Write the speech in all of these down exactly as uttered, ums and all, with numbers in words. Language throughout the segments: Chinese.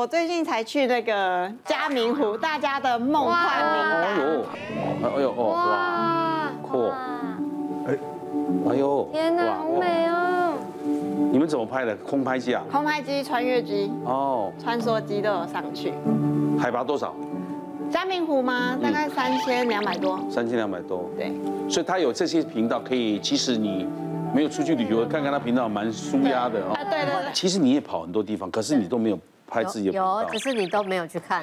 我最近才去那个嘉明湖，大家的梦幻名单。 哎呦，哎呦哦，哇，嚯，哎，哎呦， 天哪，好美哦！ 你们怎么拍的？空拍机啊？ 空拍机、穿越机、 哦， 穿梭机都有上去。 海拔多少？ 嘉明湖吗？大概三千两百多。 三千两百多。 对。 所以它有这些频道，可以，即使你没有出去旅游，看看它频道蛮舒压的哦。 啊，对对对。 其实你也跑很多地方，可是你都没有拍自己的频道。 有，只是你都没有去看。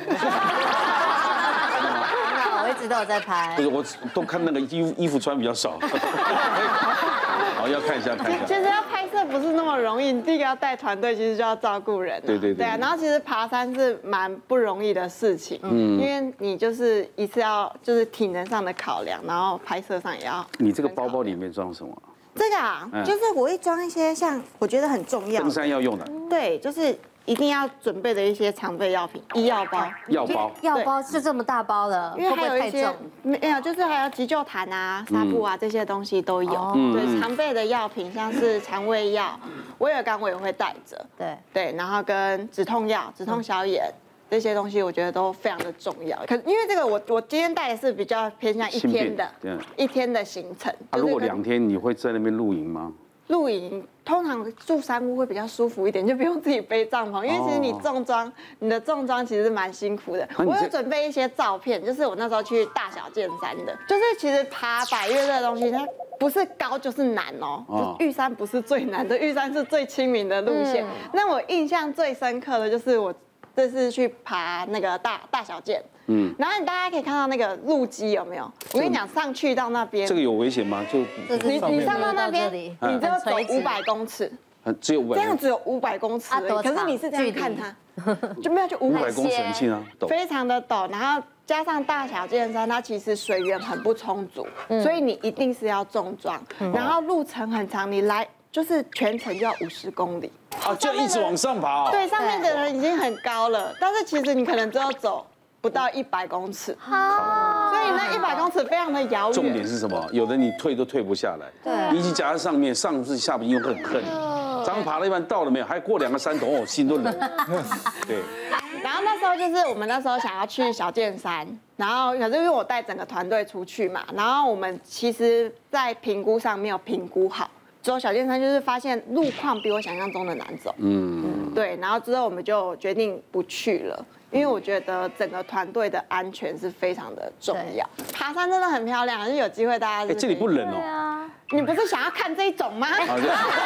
我一直都有在拍。 不是，我都看那个衣服衣服穿比较少。好，要看一下看一下。 其实要拍摄不是那么容易，你第一个要带团队，其实就要照顾人。 对对对。 对啊，然后其实爬山是蛮不容易的事情，嗯，因为你就是一次要就是体能上的考量，然后拍摄上也要。 你这个包包里面装什么？ 这个啊，就是我会装一些像我觉得很重要登山要用的。 对，就是一定要准备的一些常备药品，医药包。 药包。 药包是这么大包的， 因为还有一些没有，就是还有急救毯啊、纱布啊这些东西都有。对，常备的药品像是肠胃药、威尔刚我也会带着。对对，然后跟止痛药、止痛消炎。这些东西我觉得都非常的重要，可因为这个我我今天带的是比较偏向一天的，一天的行程。 啊，如果两天你会在那边露营吗？ 露营通常住山屋会比较舒服一点，就不用自己背帐篷，因为其实你重装，你的重装其实蛮辛苦的。我有准备一些照片，就是我那时候去大小剑山的，就是其实爬百岳这个东西，它不是高就是难哦，玉山不是最难的，玉山是最亲民的路线。那我印象最深刻的就是我。这是去爬那个大大小剑，嗯，然后你大家可以看到那个路基有没有？我跟你讲，上去到那边， 这个有危险吗？就你你上到那边，你只有走五百公尺， 只有五百， 这样只有五百公尺，可是你是这样看它，就没有就五百公尺很近啊， 非常的陡，然后加上大小剑山，它其实水源很不充足，所以你一定是要重装，然后路程很长，你来。就是全程就要五十公里， 哦，就一直往上爬。 对，上面的人已经很高了，但是其实你可能只有走不到一百公尺，所以那一百公尺非常的遥远。 重点是什么？有的你退都退不下来，对，你已经夹在上面，上是下不又很恨。咱们爬了一半到了没有？还过两个山头，哦，心都冷。对。 然后那时候就是我们那时候想要去小剑山，然后可是因为我带整个团队出去嘛，然后我们其实在评估上没有评估好。走小剑山就是发现路况比我想象中的难走，嗯，对，然后之后我们就决定不去了，因为我觉得整个团队的安全是非常的重要。爬山真的很漂亮，就有机会大家。 哎，这里不冷哦。 你不是想要看这一种吗？ 一定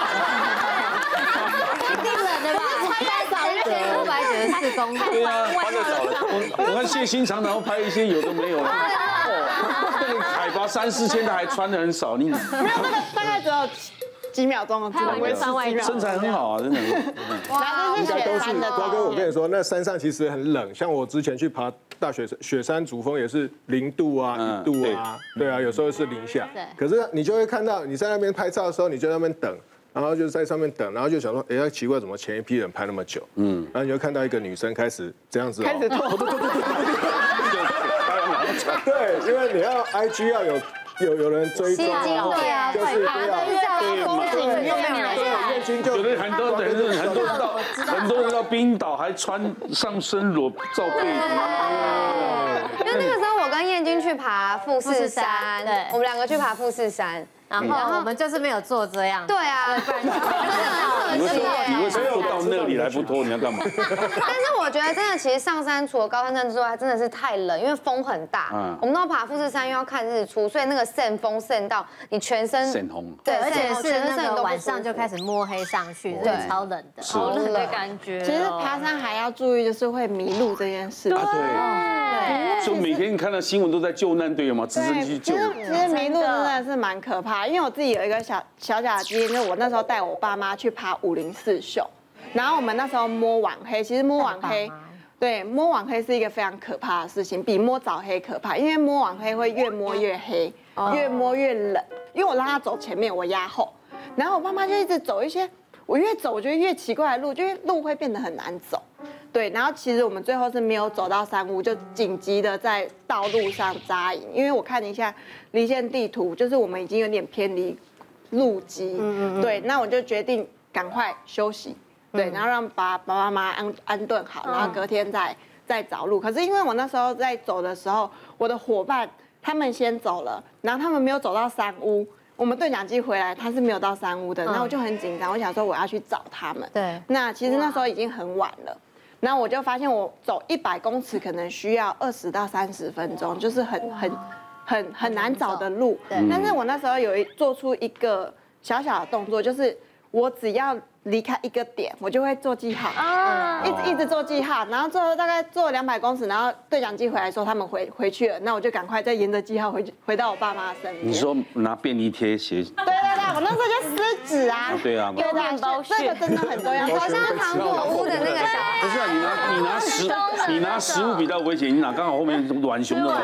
冷的吧？穿在少一千五百九十四公尺。 对啊，穿在少了。我我看谢欣常常拍一些有的没有的，哦，那个海拔三四千的还穿的很少，你没有那个大概只有。几秒钟的， 身材很好啊，真的。 哇，这是雪山的。 瓜哥，我跟你说，那山上其实很冷，像我之前去爬大雪雪山主峰也是零度啊、一度啊，对啊，有时候是零下。可是你就会看到你在那边拍照的时候，你就在那边等，然后就在上面等，然后就想说，哎，奇怪，怎么前一批人拍那么久？嗯，然后你就看到一个女生开始这样子， 开始脱。 对，因为你要 I G 要有。有有人追踪， 对啊， 就是不要， 对，风景又没有人， 燕京就有的很多人，很多人到很多人到冰岛还穿上身裸照背。 因为那个时候我跟燕京去爬富士山，对，我们两个去爬富士山。 然后我们就是没有做这样。 对啊， 你为什么你为什么又到那里来不脱？你要干嘛？ 但是我觉得真的，其实上山除了高山症之外，真的是太冷，因为风很大。嗯。我们都爬富士山又要看日出，所以那个渗风渗到你全身渗红。 对，而且是那个晚上就开始摸黑上去，对，超冷的， 好冷的感觉。 其实爬山还要注意，就是会迷路这件事。 啊，对。就每天看到新闻都在救难队嘛，直升机救。 其实其实迷路真的是蛮可怕。因为我自己有一个小小小的经验，就是我那时候带我爸妈去爬五零四秀，然后我们那时候摸晚黑，其实摸晚黑，对，摸晚黑是一个非常可怕的事情，比摸早黑可怕，因为摸晚黑会越摸越黑，越摸越冷，因为我让他走前面，我压后，然后我爸妈就一直走一些，我越走我觉得越奇怪的路，就路会变得很难走。对，然后其实我们最后是没有走到山屋，就紧急的在道路上扎营，因为我看一下离线地图，就是我们已经有点偏离路基，嗯嗯对，那我就决定赶快休息， 对，然后让爸爸妈妈安安顿好，然后隔天再再找路。可是因为我那时候在走的时候，我的伙伴他们先走了，然后他们没有走到山屋。我们对讲机回来，他是没有到山屋的，然后我就很紧张，我想说我要去找他们。 对， 那其实那时候已经很晚了，然后我就发现我走一百公尺可能需要二十到三十分钟，就是很很很很难找的路。但是我那时候有一做出一个小小的动作，就是我只要离开一个点，我就会做记号，一直一直做记号，然后最后大概做两百公尺，然后对讲机回来说他们回回去了，那我就赶快再沿着记号回去回到我爸妈身边。 你说拿便利贴写？ 对对对，我那时候就撕纸啊。 对啊， 对的，这个真的很重要。 好像糖果屋的那个小孩。 不是啊，你拿你拿食你拿食物比较危险，你拿刚好后面浣熊的。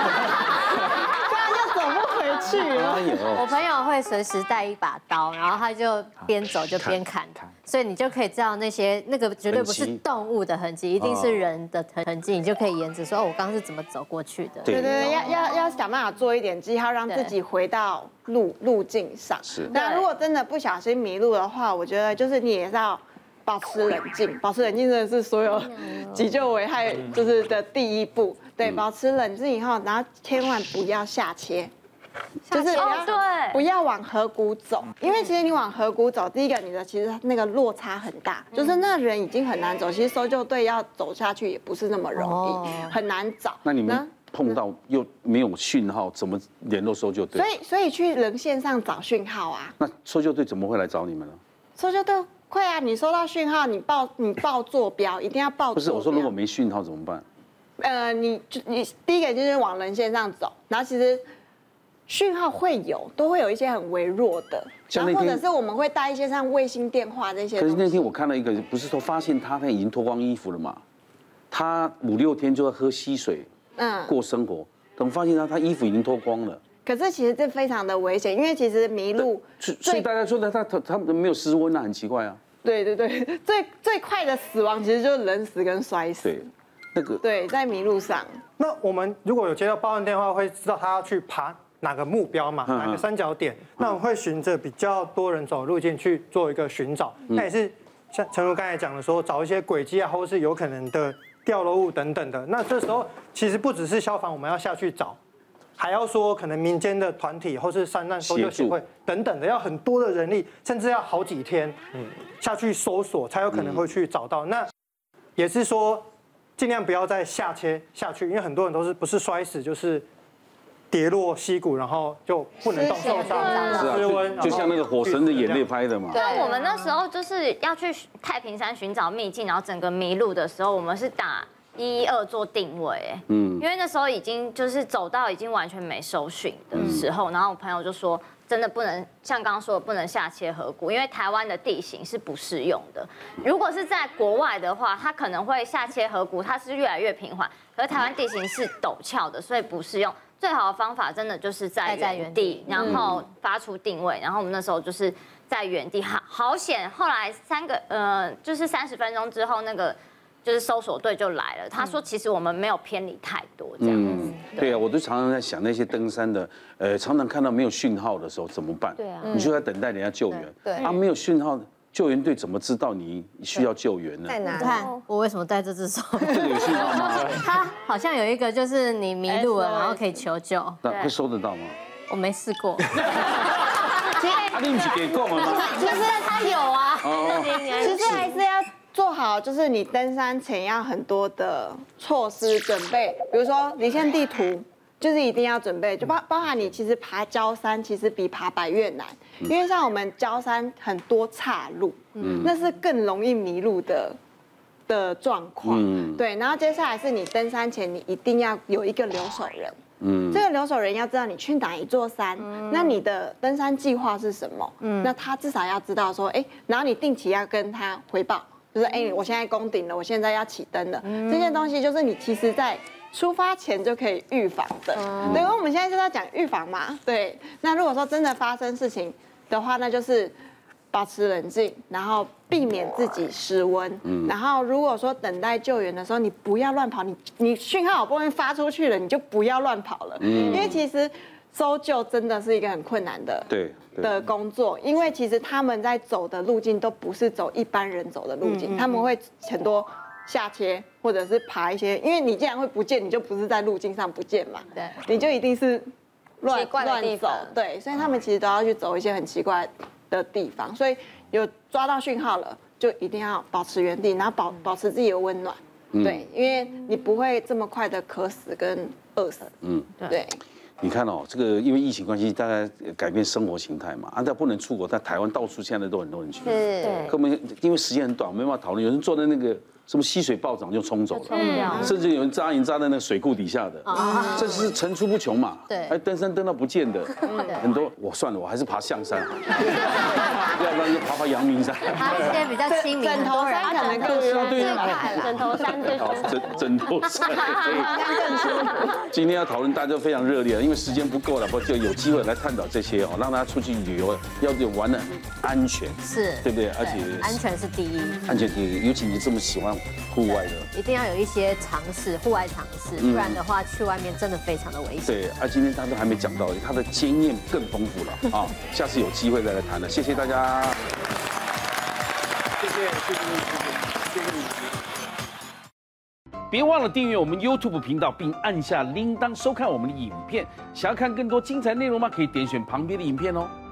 去了。 我朋友会随时带一把刀，然后他就边走就边砍，所以你就可以知道那些那个绝对不是动物的痕迹，一定是人的痕迹，你就可以沿着说哦，我刚刚是怎么走过去的。 对对对，要要要想办法做一点记号，让自己回到路路径上。 是。 那如果真的不小心迷路的话，我觉得就是你也是要保持冷静，保持冷静真的是所有急救危害就是的第一步。对，保持冷静以后，然后千万不要下切。就是对， 不要往河谷走，因为其实你往河谷走，第一个你的其实那个落差很大，就是那人已经很难走，其实搜救队要走下去也不是那么容易，很难找。 那你们碰到又没有讯号，怎么联络搜救队？ 所以所以去人线上找讯号啊。 那搜救队怎么会来找你们呢？ 搜救队会啊，你收到讯号，你报你报坐标，一定要报。 不是，我说如果没讯号怎么办？ 呃，你就你第一个就是往人线上走，然后其实。讯号会有，都会有一些很微弱的，然后或者是我们会带一些像卫星电话这些。 可是那天我看到一个，不是说发现他他已经脱光衣服了嘛？他五六天就要喝溪水，嗯，过生活。等发现他，他衣服已经脱光了。 可是其实这非常的危险，因为其实迷路， 所以大家说的他他他没有失温，那很奇怪啊。 对对对，最最快的死亡其实就是人死跟摔死。 对，那个对，在迷路上。 那我们如果有接到报案电话，会知道他要去爬哪个目标嘛，哪个三角点？那我们会循着比较多人走的路径去做一个寻找。那也是像陈如刚才讲的说，找一些轨迹啊，或是有可能的掉落物等等的。那这时候其实不只是消防，我们要下去找，还要说可能民间的团体或是山难搜救协会等等的，要很多的人力，甚至要好几天下去搜索，才有可能会去找到。那也是说，尽量不要再下切下去，因为很多人都是不是摔死就是。跌落溪谷，然后就不能动，受伤、失温， 就像那个《火神的眼泪》拍的嘛。 那我们那时候就是要去太平山寻找秘境，然后整个迷路的时候，我们是打一一二做定位，嗯，因为那时候已经就是走到已经完全没收讯的时候，然后我朋友就说，真的不能像刚刚说的不能下切河谷，因为台湾的地形是不适用的。如果是在国外的话，它可能会下切河谷，它是越来越平缓，可是台湾地形是陡峭的，所以不适用。最好的方法真的就是在原地，然后发出定位，然后我们那时候就是在原地，好好险。后来三个呃，就是三十分钟之后，那个就是搜索队就来了。他说，其实我们没有偏离太多这样子。 对啊，我都常常在想那些登山的，呃，常常看到没有讯号的时候怎么办？ 对啊， 你就在等待人家救援。 对， 啊，没有讯号。救援队怎么知道你需要救援呢？ 在哪？ 你看我为什么带这只手？ 这个有信号吗？ 它好像有一个，就是你迷路了，然后可以求救。 那会收得到吗？ 我没试过。 啊，你不是给够了吗？ 其实它有啊，其实还是要做好，就是你登山前要很多的措施准备，比如说离线地图。就是一定要准备，就包包含你其实爬郊山，其实比爬百岳难，因为像我们郊山很多岔路，嗯，那是更容易迷路的的状况，嗯，对。然后接下来是你登山前，你一定要有一个留守人，嗯，这个留守人要知道你去哪一座山，嗯，那你的登山计划是什么，嗯，那他至少要知道说，哎，然后你定期要跟他汇报，就是哎，我现在攻顶了，我现在要起登了，嗯，这些东西就是你其实在。出发前就可以预防的，对，因为我们现在就在讲预防嘛，对。那如果说真的发生事情的话，那就是保持冷静，然后避免自己失温。嗯。然后如果说等待救援的时候，你不要乱跑，你你讯号好不容易发出去了，你就不要乱跑了。嗯。因为其实搜救真的是一个很困难的对的工作，因为其实他们在走的路径都不是走一般人走的路径，他们会很多下切或者是爬一些，因为你既然会不见，你就不是在路径上不见嘛， 对， 你就一定是乱乱走，对，所以他们其实都要去走一些很奇怪的地方，所以有抓到讯号了，就一定要保持原地，然后保保持自己的温暖，对，因为你不会这么快的渴死跟饿死，嗯，对。 你看哦，这个因为疫情关系，大家改变生活形态嘛，啊，但不能出国，在台湾到处现在都很多人去。 是。 可我们因为时间很短，没办法讨论。有人坐在那个什么溪水暴涨就冲走了，甚至有人扎营扎在那个水库底下的，这是层出不穷嘛。 对。 哎，登山登到不见的，很多。我算了，我还是爬象山，要不然就爬爬阳明山。 它这些比较亲民， 枕头山可能更舒服，枕头山最舒服。 枕枕头山更舒服。今天要讨论，大家都非常热烈，因为时间不够了，不就有机会来探讨这些哦，让大家出去旅游要有玩的安全， 是对不对？而且安全是第一， 安全第一，尤其你这么喜欢户外的， 一定要有一些尝试，户外尝试，不然的话去外面真的非常的危险。 对，而今天大家都还没讲到，他的经验更丰富了啊，下次有机会再来谈了，谢谢大家， 谢谢谢谢谢谢你。 别忘了订阅我们 YouTube 频道，并按下铃铛收看我们的影片。想要看更多精彩内容吗？可以点选旁边的影片哦。